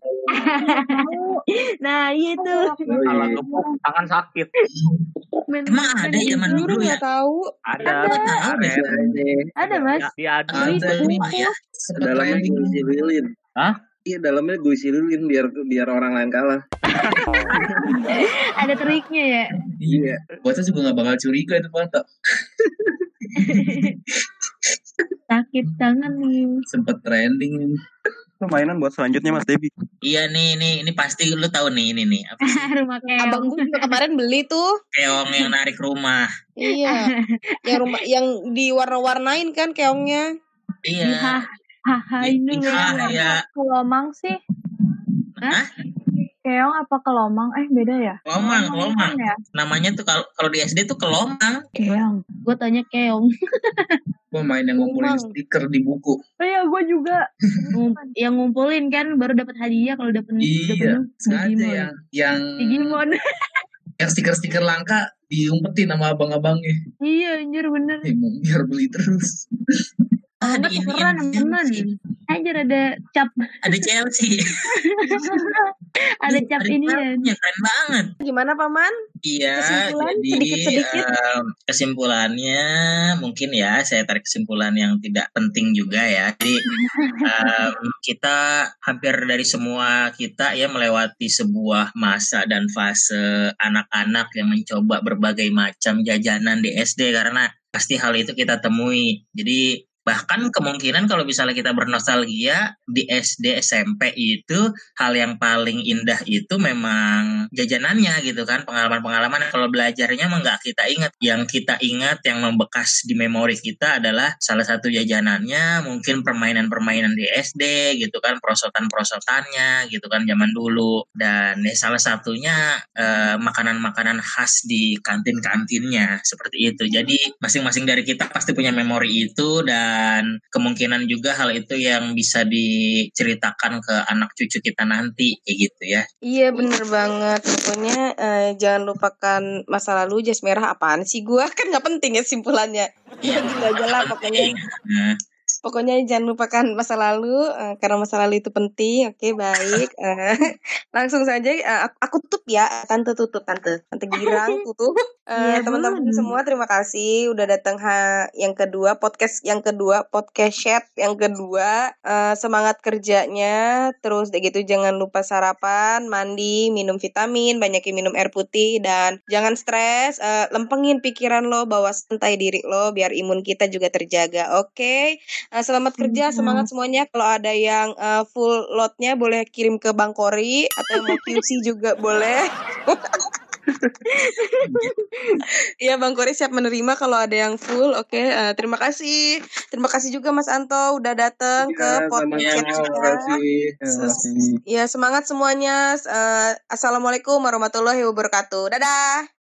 Nah, iya itu. Salah gepuk tangan sakit. Main, Emang main ada ini. zaman Jujur dulu ya? nggak tahu. Ada. Ada. Tahu deh. Ada Mas. Ya, diadu. Beli Ada itu. ini. Ya. Sempet Dalamnya trending. gue sililin. Hah? Iya dalamnya gue sililin biar biar orang lain kalah. Ada triknya ya. Iya. Bocah juga gak bakal curiga itu mantap. Sakit tangan nih. Sempet trending. Itu mainan buat selanjutnya mas Devi. Iya nih, nih, ini pasti lu tahu nih ini nih. Apa sih? Rumah keong. Abang gue juga kemarin beli tuh. Keong yang narik rumah. Iya. Yang rumah yang diwarna-warnain kan keongnya. Iya. Hah, haha ini Iya, beda. iya. Kelomang sih. Hah? Keong apa kelomang? Eh beda ya? Kelomang, kelomang. Kan ya? Namanya tuh kalau kalau di S D tuh kelomang. Keong. Gue tanya keong. Gue main yang ngumpulin Emang. stiker di buku. Oh iya gue juga. Ngum- yang ngumpulin kan baru dapat hadiah kalau dapat udah Iya. penuh. Sengaja Digimon. yang yang Digimon. yang stiker-stiker langka diumpetin sama abang-abangnya. Iya anjir bener. Emang biar beli terus. Ah, Enggak di ini tukeran sama teman. Anjir ada cap. ada Chelsea. Ada cap ini ya. Ya keren banget. Gimana Paman? Iya, Kesimpulan jadi sedikit-sedikit. em, kesimpulannya mungkin ya saya tarik kesimpulan yang tidak penting juga ya. Jadi em, kita hampir dari semua kita ya melewati sebuah masa dan fase anak-anak yang mencoba berbagai macam jajanan di S D karena pasti hal itu kita temui. Jadi bahkan kemungkinan kalau misalnya kita bernostalgia di S D S M P itu hal yang paling indah itu memang jajanannya gitu kan, pengalaman-pengalaman. Kalau belajarnya emang nggak kita ingat, yang kita ingat yang membekas di memori kita adalah salah satu jajanannya mungkin permainan-permainan di S D gitu kan, perosotan-perosotannya gitu kan zaman dulu, dan ya salah satunya eh, makanan-makanan khas di kantin-kantinnya seperti itu. Jadi masing-masing dari kita pasti punya memori itu, dan dan kemungkinan juga hal itu yang bisa diceritakan ke anak cucu kita nanti kayak gitu ya. Iya bener banget. Pokoknya eh, jangan lupakan masa lalu. Jas merah apaan sih gua? Kan gak penting ya simpulannya. Ya gitu aja lah pokoknya. Nah, Pokoknya jangan lupakan masa lalu uh, karena masa lalu itu penting. Oke, baik. Uh, langsung saja uh, aku tutup ya, tante tutup tante, tante girang tutup. Uh, Iya, teman-teman boleh. semua terima kasih udah datang ha yang kedua podcast yang kedua podcast chat yang kedua. Uh, semangat kerjanya, terus deh gitu jangan lupa sarapan, mandi, minum vitamin, banyakin minum air putih dan jangan stres. Uh, lempengin pikiran lo, bawa santai diri lo biar imun kita juga terjaga. Oke. Okay? Uh, selamat kerja, semangat semuanya. Kalau ada yang uh, full loadnya boleh kirim ke Bang Kori atau yang mau Q C juga boleh. Iya Bang Kori siap menerima kalau ada yang full. Oke, okay. uh, terima kasih. Terima kasih juga Mas Anto udah datang Ya, ke podcast sama-sama. kita. Makasih. Ya semangat semuanya. Uh, Assalamualaikum warahmatullahi wabarakatuh. Dadah.